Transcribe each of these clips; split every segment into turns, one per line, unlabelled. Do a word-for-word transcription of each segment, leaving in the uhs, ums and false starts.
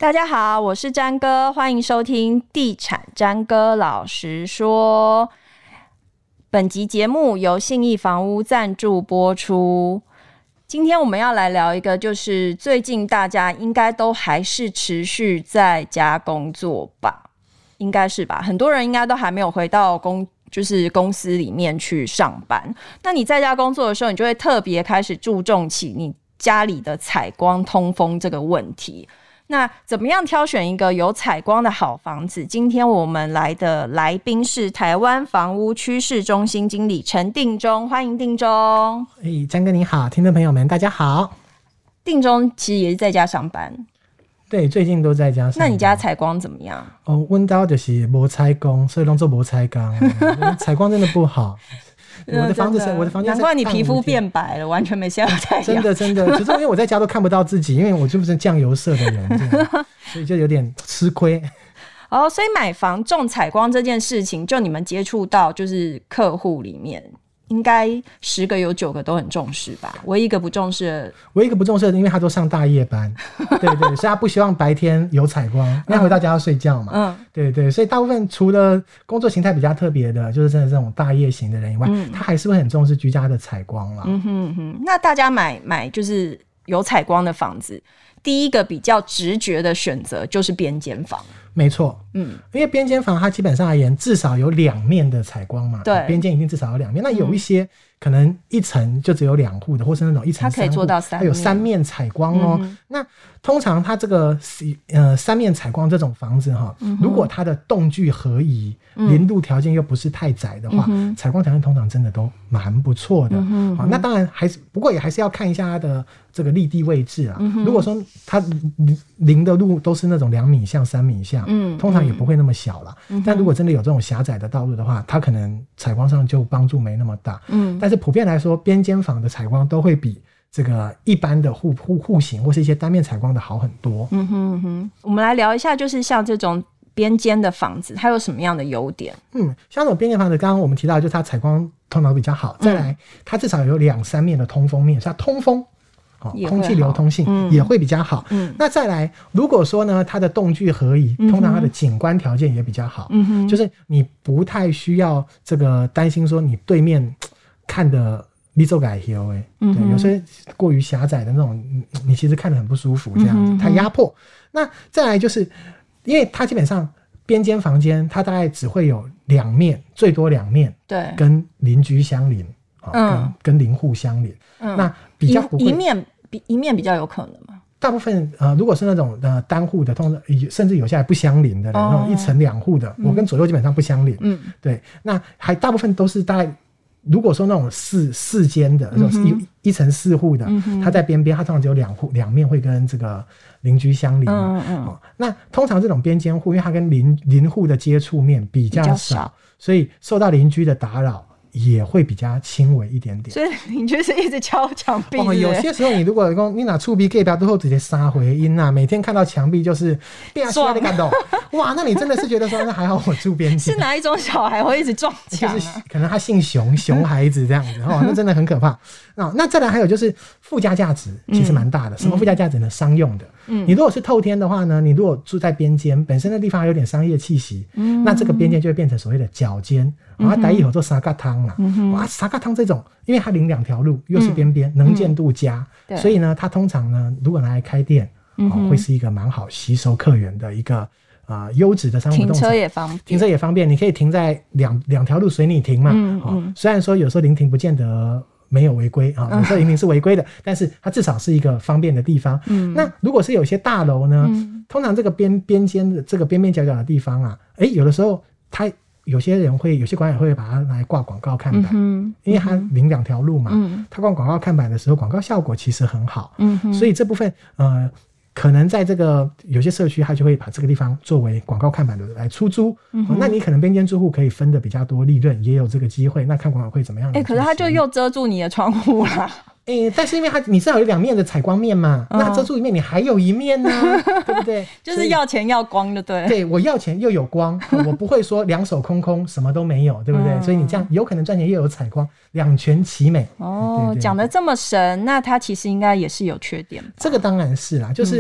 大家好，我是詹哥，欢迎收听地产詹哥老实说。本集节目由信义房屋赞助播出。今天我们要来聊一个，就是最近大家应该都还是持续在家工作吧，应该是吧，很多人应该都还没有回到公就是公司里面去上班。那你在家工作的时候，你就会特别开始注重起你家里的采光通风这个问题。那怎么样挑选一个有采光的好房子？今天我们来的来宾是台湾房屋趋势中心经理陈定中，欢迎定中。
欸，詹哥你好，听众朋友们大家好。
定中其实也是在家上班。
对，最近都在家上班。
那你家采光怎么样？
哦，我家就是没采光，所以都做没采光采光真的不好。我的房子是，我的房间是，
难怪你皮肤变白了，完全没晒到太阳。
真的真的，就是因为我在家都看不到自己，因为我就不是酱油色的人，所以就有点吃亏。
哦，所以买房重采光这件事情，就你们接触到就是客户里面，应该十个有九个都很重视吧？唯一一个不重视的，
唯一一个不重视的，因为他都上大夜班，对对，所以他不希望白天有采光，因为回到家要睡觉嘛。嗯，对对，所以大部分除了工作形态比较特别的，就是真的这种大夜型的人以外，嗯、他还是会很重视居家的采光啦。
嗯哼嗯哼，那大家买买就是有采光的房子，第一个比较直觉的选择就是边间房。
没错，嗯，因为边间房它基本上而言至少有两面的采光嘛，对，边间一定至少有两面。那有一些、嗯、可能一层就只有两户的，或是那种一层三户，它可以做到三面，它有三面采光哦。嗯、那通常它这个呃三面采光这种房子哈、嗯，如果它的栋距合宜，林路条件又不是太窄的话，嗯、采光条件通常真的都蛮不错的。嗯、好，那当然还是不过也还是要看一下它的这个立地位置啊。嗯、如果说它临的路都是那种两米巷、三米巷。嗯，通常也不会那么小啦、嗯、但如果真的有这种狭窄的道路的话，它可能采光上就帮助没那么大。嗯，但是普遍来说，边间房的采光都会比这个一般的户户户型或是一些单面采光的好很多。嗯哼嗯哼，
我们来聊一下，就是像这种边间的房子，它有什么样的优点？
嗯，像这种边间房子，刚刚我们提到，就是它采光通常比较好，再来它至少有两三面的通风面，所以它通风。空气流通性也会比较好、嗯、那再来如果说呢它的栋距合宜、嗯、通常它的景观条件也比较好、嗯、就是你不太需要这个担心说你对面看的你走改修哎，对，有些过于狭窄的那种你其实看得很不舒服，这样子太压迫。那再来就是因为它基本上边间房间它大概只会有两面，最多两面，对，跟邻居相邻、嗯、跟, 跟邻户相邻、嗯、那比较不会
一, 一面一面比较有可能吗？
大部分呃，如果是那种呃单户的，通常甚至有些还不相邻的人，哦、那种一层两户的、嗯，我跟左右基本上不相邻。嗯，对，那还大部分都是大概，如果说那种四四间的，嗯、一一层四户的，嗯、它在边边，它通常只有两户，两面会跟这个邻居相邻。嗯嗯、哦。那通常这种边间户，因为它跟邻邻户的接触面比较少，比较少，所以受到邻居的打扰也会比较轻微一点点，
所以邻居是一直敲墙壁。
哦，有些时候你如果说你拿触壁隔壁都直接杀回音啊，每天看到墙壁就是变刷的感动，哇，那你真的是觉得说那还好我住边境。
是哪一种小孩会一直撞墙、啊？
就是可能他姓熊，熊孩子这样子哦，那真的很可怕。那那再来还有就是附加价值其实蛮大的、嗯，什么附加价值呢？商用的。嗯，你如果是透天的话呢，你如果住在边间，本身的地方还有点商业气息，嗯，那这个边间就会变成所谓的角间。然后它以后做沙嘎汤嘛，哇，沙嘎汤这种，因为它临两条路，又是边边、嗯，能见度佳、嗯，所以呢，它通常呢，如果拿来开店，嗯哦、会是一个蛮好吸收客源的一个呃优质的商务不动产。
停车也方便，
停车也方便，你可以停在两两条路随你停嘛、嗯哦嗯。虽然说有时候临停不见得没有违规啊，有时候临停是违规的、嗯，但是它至少是一个方便的地方。嗯，那如果是有些大楼呢，嗯、通常这个边边间的这个边边角角的地方啊，哎，有的时候它。有些人会，有些管委会把它拿来挂广告看板、嗯，因为它临两条路嘛，嗯、它挂广告看板的时候，广告效果其实很好，嗯、所以这部分呃，可能在这个有些社区，它就会把这个地方作为广告看板的来出租、嗯哦，那你可能边间住户可以分的比较多利润，也有这个机会，那看管委会怎么样？
哎、欸，可是它就又遮住你的窗户啦。
欸、但是因为它你至少有两面的采光面嘛，嗯、那遮住一面你还有一面呢、啊，对不对？
就是要钱要光就对。
对，我要钱又有光，我不会说两手空空什么都没有，对不对？嗯、所以你这样有可能赚钱又有采光，两全其美。
哦，讲得这么神，那它其实应该也是有缺点吧？
这个当然是啦，就是。嗯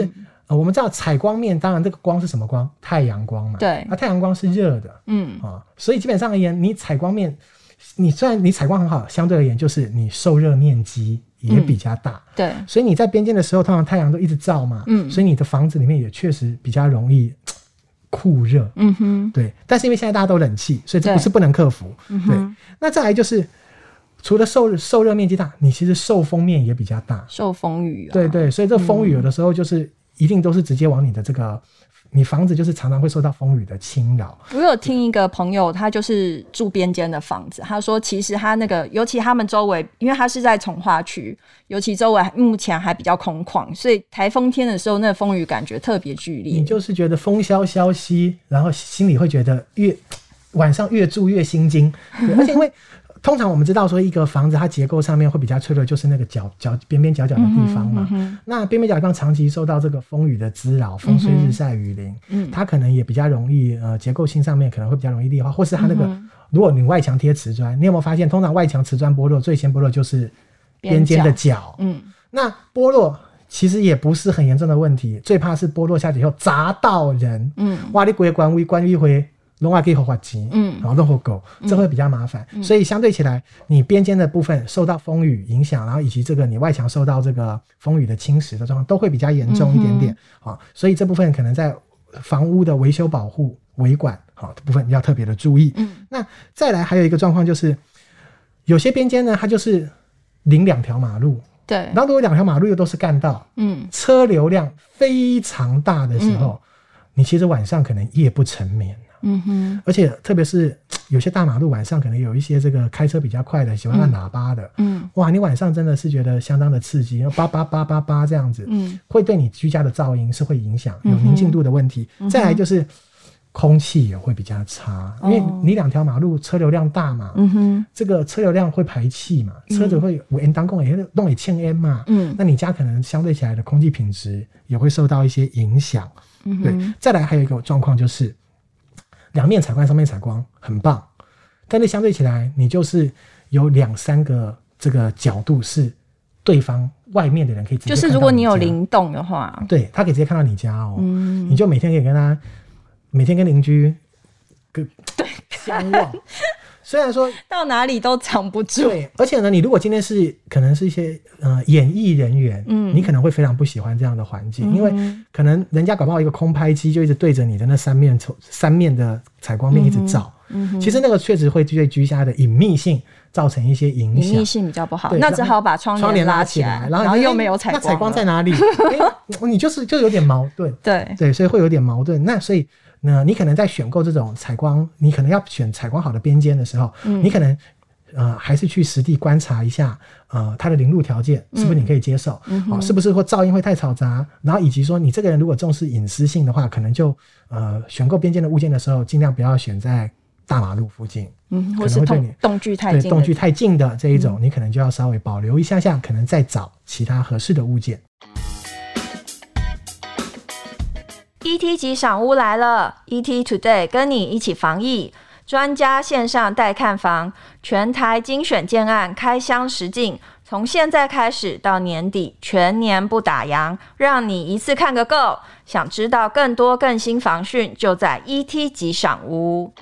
呃，我们知道采光面，当然这个光是什么光？太阳光嘛。
对。
那、啊、太阳光是热的，嗯啊，所以基本上而言，你采光面，你虽然你采光很好，相对而言就是你受热面积也比较大，嗯、
对。
所以你在边间的时候，通常太阳都一直照嘛，嗯，所以你的房子里面也确实比较容易酷热，嗯哼，对。但是因为现在大家都冷气，所以这不是不能克服，对。对嗯、那再来就是。除了受受热面积大，你其实受风面也比较大，
受风雨、啊。
对对，所以这风雨有的时候就是一定都是直接往你的这个，嗯、你房子就是常常会受到风雨的侵扰。
我有听一个朋友，他就是住边间的房子，他说其实他那个，尤其他们周围，因为他是在从化区，尤其周围目前还比较空旷，所以台风天的时候，那个风雨感觉特别剧烈。
你就是觉得风萧萧兮，然后心里会觉得越晚上越住越心惊，对，而且因为。通常我们知道说一个房子它结构上面会比较脆弱，就是那个角角边边角角的地方嘛。嗯嗯、那边边角角地方长期受到这个风雨的滋扰，风吹日晒雨淋，嗯、它可能也比较容易呃结构性上面可能会比较容易劣化，或是它那个、嗯、如果你外墙贴瓷砖，你有没有发现通常外墙瓷砖剥落最先剥落就是边间的角？嗯，那剥落其实也不是很严重的问题，最怕是剥落下去以后砸到人。嗯，哇，你规个关位关一回。弄外可以花钱，嗯，然后弄火狗，这会比较麻烦，嗯、所以相对起来，你边间的部分受到风雨影响，然后以及这个你外墙受到这个风雨的侵蚀的状况，都会比较严重一点点，嗯啊、所以这部分可能在房屋的维修保护、维管好的部分要特别的注意。嗯，那再来还有一个状况就是，有些边间呢，它就是临两条马路，
对，
然后如果两条马路又都是干道，嗯，车流量非常大的时候，嗯、你其实晚上可能夜不成眠。嗯哼，而且特别是有些大马路晚上可能有一些这个开车比较快的喜欢按喇叭的，嗯，哇，你晚上真的是觉得相当的刺激，叭叭叭叭叭这样子，嗯，会对你居家的噪音是会影响，有宁静度的问题。嗯、再来就是空气也会比较差，嗯、因为你两条马路车流量大嘛，嗯哼，这个车流量会排气嘛，车子会有 N 当供也弄也欠 N 嘛，嗯，那你家可能相对起来的空气品质也会受到一些影响。嗯、对，再来还有一个状况就是。两面采光上面采光很棒，但是相对起来你就是有两三个这个角度是对方外面的人可以直接看到你家，
就是如果你有灵动的话，
对，他可以直接看到你家哦，嗯、你就每天可以跟他每天跟邻居跟对相望。虽然说
到哪里都藏不住，
对，而且呢，你如果今天是可能是一些呃演艺人员，嗯，你可能会非常不喜欢这样的环境，嗯、因为可能人家搞不好一个空拍机就一直对着你的那三面三面的采光面一直照，嗯嗯、其实那个确实会对居家的隐秘性造成一些影响，
隐秘性比较不好，那只好把窗帘拉起来，
然后,
然后又没有采光，
那采光在哪里？欸、你就是就有点矛盾，
对
对，所以会有点矛盾。那所以。那你可能在选购这种采光，你可能要选采光好的边间的时候，嗯、你可能呃还是去实地观察一下，呃它的临路条件是不是你可以接受，嗯哦、是不是或噪音会太嘈杂，然后以及说你这个人如果重视隐私性的话，可能就呃选购边间的物件的时候，尽量不要选在大马路附近，
嗯，或是动距太近，
对动距太近的这一种，嗯、你可能就要稍微保留一下下，可能再找其他合适的物件。
E T 级赏屋来了 ，E T Today 跟你一起防疫，专家线上带看房，全台精选建案开箱实境，从现在开始到年底，全年不打烊，让你一次看个够。想知道更多更新房讯，就在 E T 级赏屋。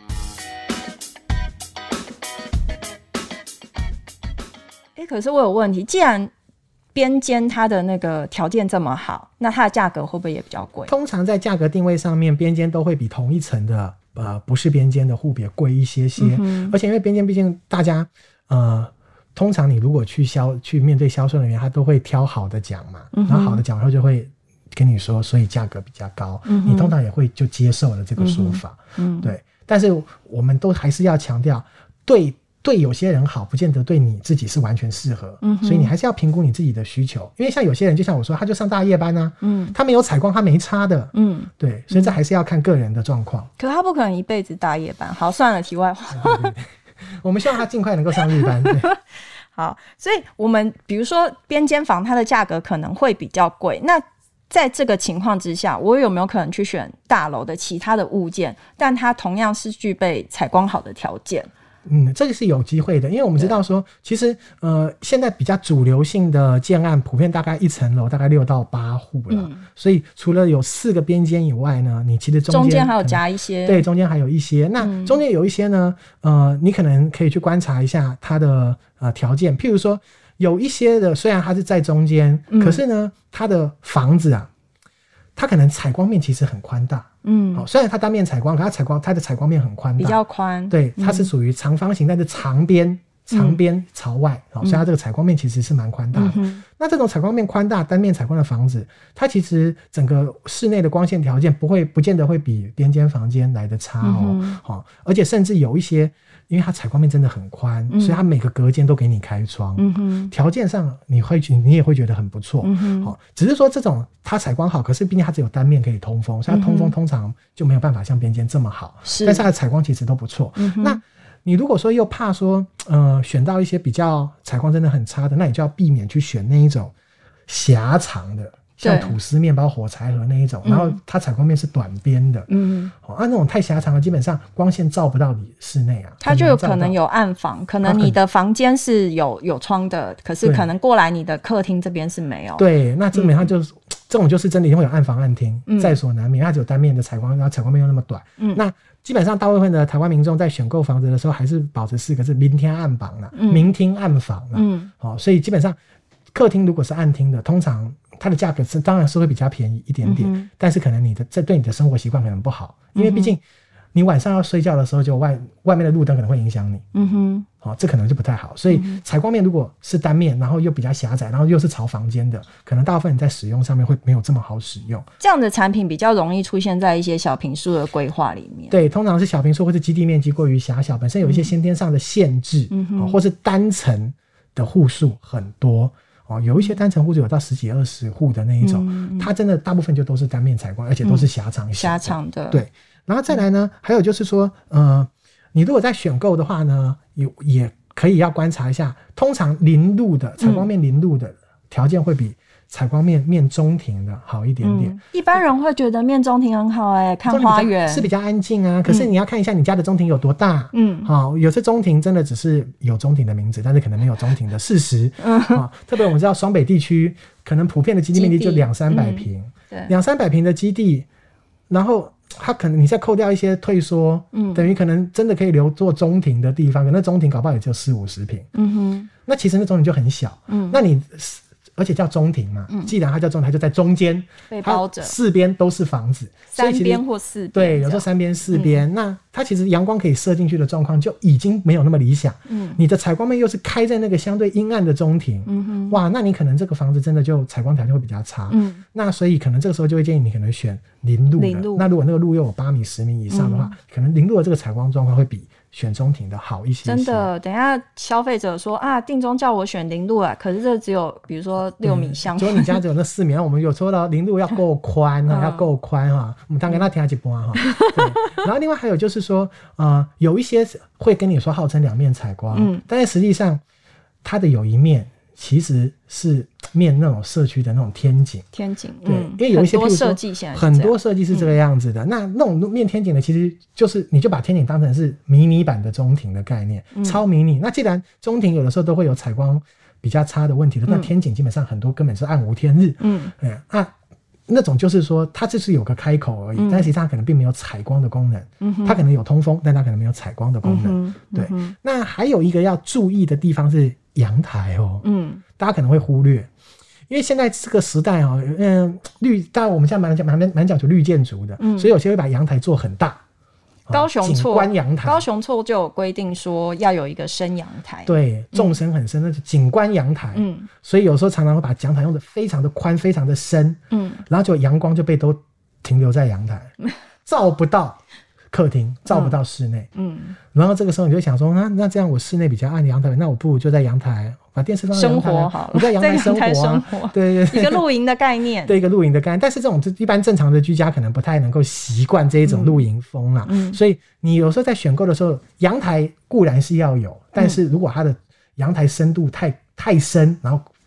欸，可是我有问题，既然边间它的那个条件这么好，那它的价格会不会也比较贵？
通常在价格定位上面，边间都会比同一层的呃不是边间的户别贵一些些，嗯、而且因为边间毕竟大家呃通常你如果去销去面对销售人员，他都会挑好的讲嘛，嗯、然后好的讲然后就会跟你说，所以价格比较高，嗯、你通常也会就接受了这个说法，嗯、对。但是我们都还是要强调，对。对有些人好，不见得对你自己是完全适合，嗯、所以你还是要评估你自己的需求。因为像有些人，就像我说，他就上大夜班啊，嗯、他没有采光，他没差的，嗯，对，所以这还是要看个人的状况。
可他不可能一辈子大夜班。好，算了，题外话。
对对对，我们希望他尽快能够上日班。对
好，所以我们比如说边间房，它的价格可能会比较贵。那在这个情况之下，我有没有可能去选大楼的其他的物件，但它同样是具备采光好的条件？
嗯，这个是有机会的，因为我们知道说，其实呃，现在比较主流性的建案，普遍大概一层楼大概六到八户了、嗯，所以除了有四个边间以外呢，你其实中间
中间还有加一些，
对，中间还有一些，那中间有一些呢，呃，你可能可以去观察一下它的呃条件，譬如说有一些的虽然它是在中间、嗯，可是呢，它的房子啊，它可能采光面其实很宽大。嗯，好、哦，虽然它单面采光，可它采光它的采光面很宽大，
比较宽，
对，它是属于长方形，嗯、但是长边长边朝外，嗯、所以它这个采光面其实是蛮宽大的、嗯。那这种采光面宽大、单面采光的房子，它其实整个室内的光线条件不会不见得会比边间房间来的差哦，嗯哦，而且甚至有一些。因为它采光面真的很宽、嗯，所以它每个隔间都给你开窗，嗯、条件上你会你也会觉得很不错、嗯哦。只是说这种它采光好，可是毕竟它只有单面可以通风，所以它通风通常就没有办法像边间这么好。是，但是它的采光其实都不错、嗯。那你如果说又怕说，呃，选到一些比较采光真的很差的，那你就要避免去选那一种狭长的。像吐司面包、火柴盒那一种，然后它采光面是短边的，嗯，哦，啊，那种太狭长了，基本上光线照不到你室内啊，
它就有可能有暗房，可能你的房间是有有窗的，可是可能过来你的客厅这边是没有。
对，那基本上就是、嗯、这种就是真的会有暗房暗厅、嗯，在所难免，它只有单面的采光，然后采光面又那么短，嗯，那基本上大部分的台湾民众在选购房子的时候，还是保持四个字：明厅暗房啦，嗯、明厅暗房啦，嗯，哦，所以基本上客厅如果是暗厅的，通常。它的价格是当然是会比较便宜一点点、嗯、但是可能你的这对你的生活习惯可能不好，因为毕竟你晚上要睡觉的时候就外外面的路灯可能会影响你，嗯哼，哦，这可能就不太好，所以采光面如果是单面，然后又比较狭窄，然后又是朝房间的，可能大部分人在使用上面会没有这么好使用。
这样的产品比较容易出现在一些小坪数的规划里面，
对，通常是小坪数或是基地面积过于狭小，本身有一些先天上的限制，嗯哼、哦，或是单层的户数很多。哦、有一些单层户就有到十几二十户的那一种、嗯、它真的大部分就都是单面采光，而且都是狭长型的、嗯、
狭长的，
对。然后再来呢、嗯、还有就是说呃，你如果在选购的话呢，也也可以要观察一下，通常临路的采光面临路的条件会比采光面面中庭的好一点点、嗯、
一般人会觉得面中庭很好哎、欸，看花园
是比较安静啊，可是你要看一下你家的中庭有多大，嗯，好、哦，有些中庭真的只是有中庭的名字，但是可能没有中庭的事实，嗯、哦，特别我们知道双北地区可能普遍的基地面积就两三百平，嗯、对，两三百平的基地，然后它可能你再扣掉一些退缩，嗯，等于可能真的可以留做中庭的地方，可能中庭搞不好也只有四五十平，嗯哼，那其实那中庭就很小，嗯，那你。而且叫中庭嘛、嗯，既然它叫中庭，它就在中间，
被包着，
四边都是房子，
三边或四边，
对，有时候三边四边、嗯，那它其实阳光可以射进去的状况就已经没有那么理想。嗯，你的采光面又是开在那个相对阴暗的中庭，嗯哼，哇，那你可能这个房子真的就采光条件会比较差。嗯，那所以可能这个时候就会建议你可能选临路的，临路那如果那个路又有八米、十米以上的话，嗯、可能临路的这个采光状况会比。选中庭的好一些些，
真的。等一下消费者说啊，定中叫我选临路啊，可是这只有比如说六米箱，
结果你家只有那四米，我们有说到临路要够宽哈，要够宽哈，我们当然跟他听一半哈。然后另外还有就是说，呃，有一些会跟你说号称两面采光，嗯，但是实际上它的有一面其实是面那种社区的那种天井，
天井，
对，嗯、因为有一些
很多设计现在
很多设计是这个样子的、嗯。那那种面天井的，其实就是你就把天井当成是迷你版的中庭的概念，嗯、超迷你。那既然中庭有的时候都会有采光比较差的问题的，嗯、那天井基本上很多根本是暗无天日。嗯，嗯啊，那种就是说它就是有个开口而已，嗯、但实际上它可能并没有采光的功能。嗯，它可能有通风，但它可能没有采光的功能。嗯、对、嗯。那还有一个要注意的地方是阳台哦。嗯，大家可能会忽略。因为现在这个时代哦，嗯，绿，当然我们现在蛮讲蛮蛮讲究绿建筑的，嗯，所以有些会把阳台做很大。
高雄错，
景观阳台，
高雄错就有规定说要有一个深阳台，
对，纵深很深，那是景观阳台，嗯，所以有时候常常会把阳台用的非常的宽，非常的深，嗯，然后就阳光就被都停留在阳台，照不到客厅，照不到室内，嗯，嗯，然后这个时候你就想说，那那这样我室内比较暗，阳台，那我不如就在阳台。把电视放在阳台，
生活好了，
我在阳台生活、啊，
生活
对对对，
一个露营的概念，
对一个露营的概念。但是这种一般正常的居家可能不太能够习惯这一种露营风啦、嗯嗯，所以你有时候在选购的时候，阳台固然是要有，但是如果它的阳台深度太太深，然后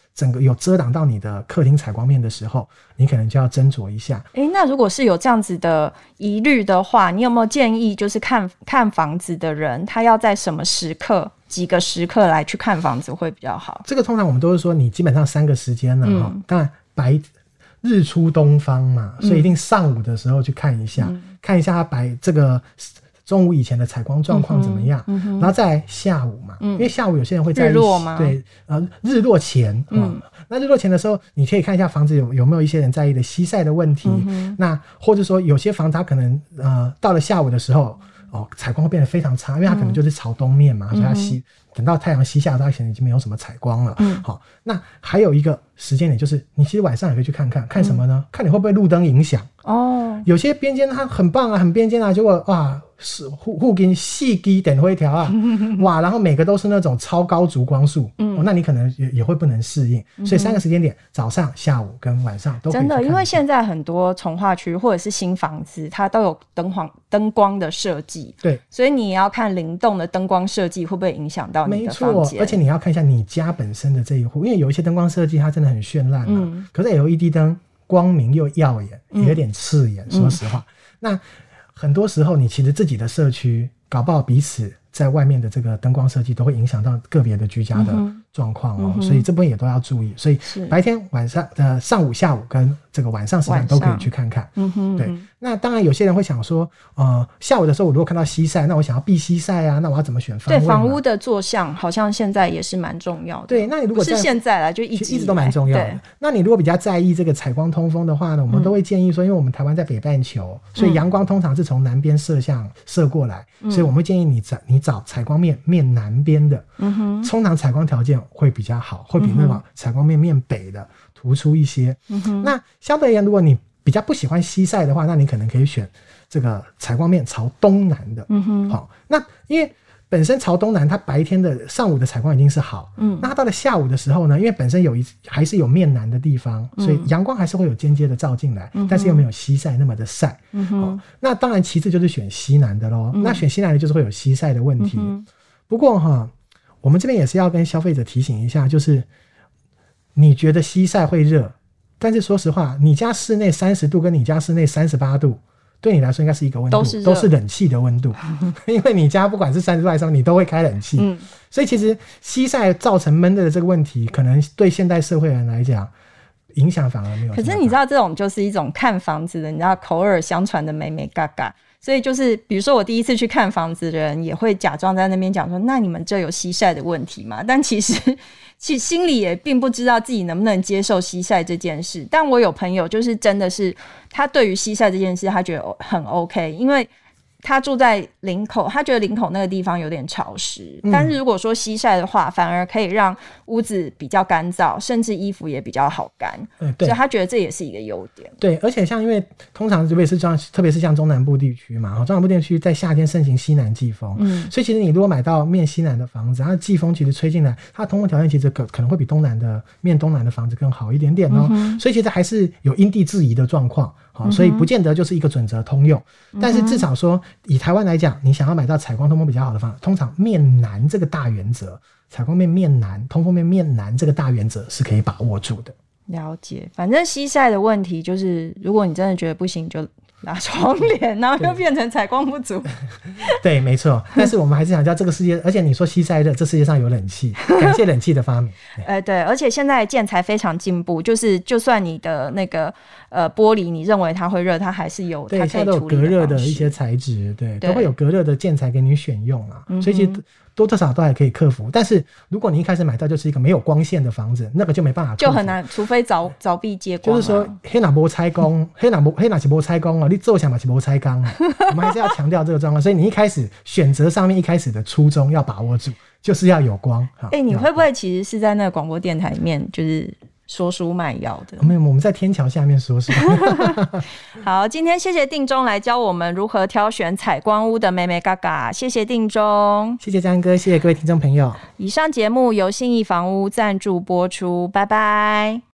整个有遮挡到你的客厅采光面的时候，你可能就要斟酌一下。
诶，那如果是有这样子的疑虑的话，你有没有建议就是看看房子的人他要在什么时刻几个时刻来去看房子会比较好？
这个通常我们都是说你基本上三个时间了、嗯、当然白日出东方嘛，所以一定上午的时候去看一下、嗯、看一下它白这个中午以前的采光状况怎么样、嗯嗯、然后再来下午嘛、嗯、因为下午有些人会在
日落吗？
对、呃、日落前、嗯、那日落前的时候你可以看一下房子有有没有一些人在意的西晒的问题、嗯、那或者说有些房子它可能呃到了下午的时候哦，采光会变得非常差，因为它可能就是朝东面嘛、嗯、所以它西等到太阳西下，它可能已经没有什么采光了。嗯，好，那还有一个时间点就是你其实晚上也可以去看看看什么呢、嗯、看你会不会路灯影响哦。有些边间它很棒啊，很边间啊，结果哇是户户间细基点灰条啊哇，然后每个都是那种超高烛光数、嗯哦、那你可能 也, 也会不能适应、嗯、所以三个时间点早上下午跟晚上都可以去看。
真的，因为现在很多从化区或者是新房子它都有灯光灯光的设计，
对，
所以你也要看灵动的灯光设计会不会影响到你的房间。
没错，而且你要看一下你家本身的这一户，因为有一些灯光设计它真的很绚烂、啊嗯、可是 L E D 灯光明又耀眼、嗯、也有点刺眼、嗯、说实话、嗯、那很多时候你其实自己的社区搞不好彼此在外面的这个灯光设计都会影响到个别的居家的状况哦、嗯，所以这部分也都要注意。所以白天晚上呃上午下午跟这个晚上时间都可以去看看。嗯哼，对。那当然有些人会想说，呃，下午的时候我如果看到西晒，那我想要避西晒啊，那我要怎么选方位？
对，房屋的坐向好像现在也是蛮重要的。
对，那你如果
不是现在啦，就一直
一直都蛮重要的。那你如果比较在意这个采光通风的话呢，我们都会建议说，因为我们台湾在北半球，所以阳光通常是从南边射向射过来，嗯、所以我们会建议你找你找采光面面南边的，嗯哼，通常采光条件会比较好，会比那种采光面面北的突出一些。嗯哼，那相对而言，如果你比较不喜欢西晒的话，那你可能可以选这个采光面朝东南的。嗯哼，好，那因为本身朝东南，它白天的上午的采光已经是好，嗯，那它到了下午的时候呢，因为本身有一还是有面南的地方，所以阳光还是会有间接的照进来，嗯、但是又没有西晒那么的晒。嗯哼，哦，那当然其次就是选西南的咯。嗯、那选西南的就是会有西晒的问题。嗯、不过哈，我们这边也是要跟消费者提醒一下，就是你觉得西晒会热，但是说实话，你家室内三十度跟你家室内三十八度，对你来说应该是一个温度，都是都是冷气的温度因为你家不管是三十度还是什么，你都会开冷气、嗯、所以其实西晒造成闷热的这个问题，可能对现代社会人来讲影响反而没有。
可是你知道这种就是一种看房子的，你知道口耳相传的美美嘎嘎，所以就是比如说我第一次去看房子的人也会假装在那边讲说，那你们这有西晒的问题吗？但其实其实心里也并不知道自己能不能接受西晒这件事。但我有朋友就是真的是他对于西晒这件事他觉得很 OK， 因为他住在林口，他觉得林口那个地方有点潮湿、嗯、但是如果说西晒的话反而可以让屋子比较干燥，甚至衣服也比较好干、嗯、所以他觉得这也是一个优点。
对，而且像因为通常特别是像特别是像中南部地区嘛，中南部地区在夏天盛行西南季风、嗯、所以其实你如果买到面西南的房子，它的季风其实吹进来，它的通风条件其实可可能会比东南的面东南的房子更好一点点哦、嗯、所以其实还是有因地制宜的状况，所以不见得就是一个准则通用、嗯、但是至少说以台湾来讲，你想要买到采光通风比较好的房子，通常面南这个大原则，采光面面南，通风面面南这个大原则是可以把握住的。
了解，反正西晒的问题就是如果你真的觉得不行就拉窗帘，然后就变成采光不足
对, 对没错，但是我们还是想叫这个世界而且你说西晒热，这世界上有冷气，感谢冷气的发明
呃，对，而且现在建材非常进步，就是就算你的那个呃玻璃你认为它会热，它还是有它可以处理的方式，对，现在都有隔
热的一些材质， 对, 对，都会有隔热的建材给你选用啊、嗯、所以其实多多少少都还可以克服。但是如果你一开始买到就是一个没有光线的房子，那个就没办法克服，
就很难，除非凿凿壁接光、啊、
就是说黑哪没拆工黑哪黑哪是没拆工啊，你做想嘛是没拆钢啊我们还是要强调这个状况所以你一开始选择上面一开始的初衷要把握住，就是要有光。
哎、欸，你会不会其实是在那个广播电台里面就是说书卖药的？
没有，我们在天桥下面说书
好，今天谢谢定中来教我们如何挑选采光屋的妹妹嘎嘎，谢谢定中，
谢谢张哥，谢谢各位听众朋友。
以上节目由信义房屋赞助播出，拜拜。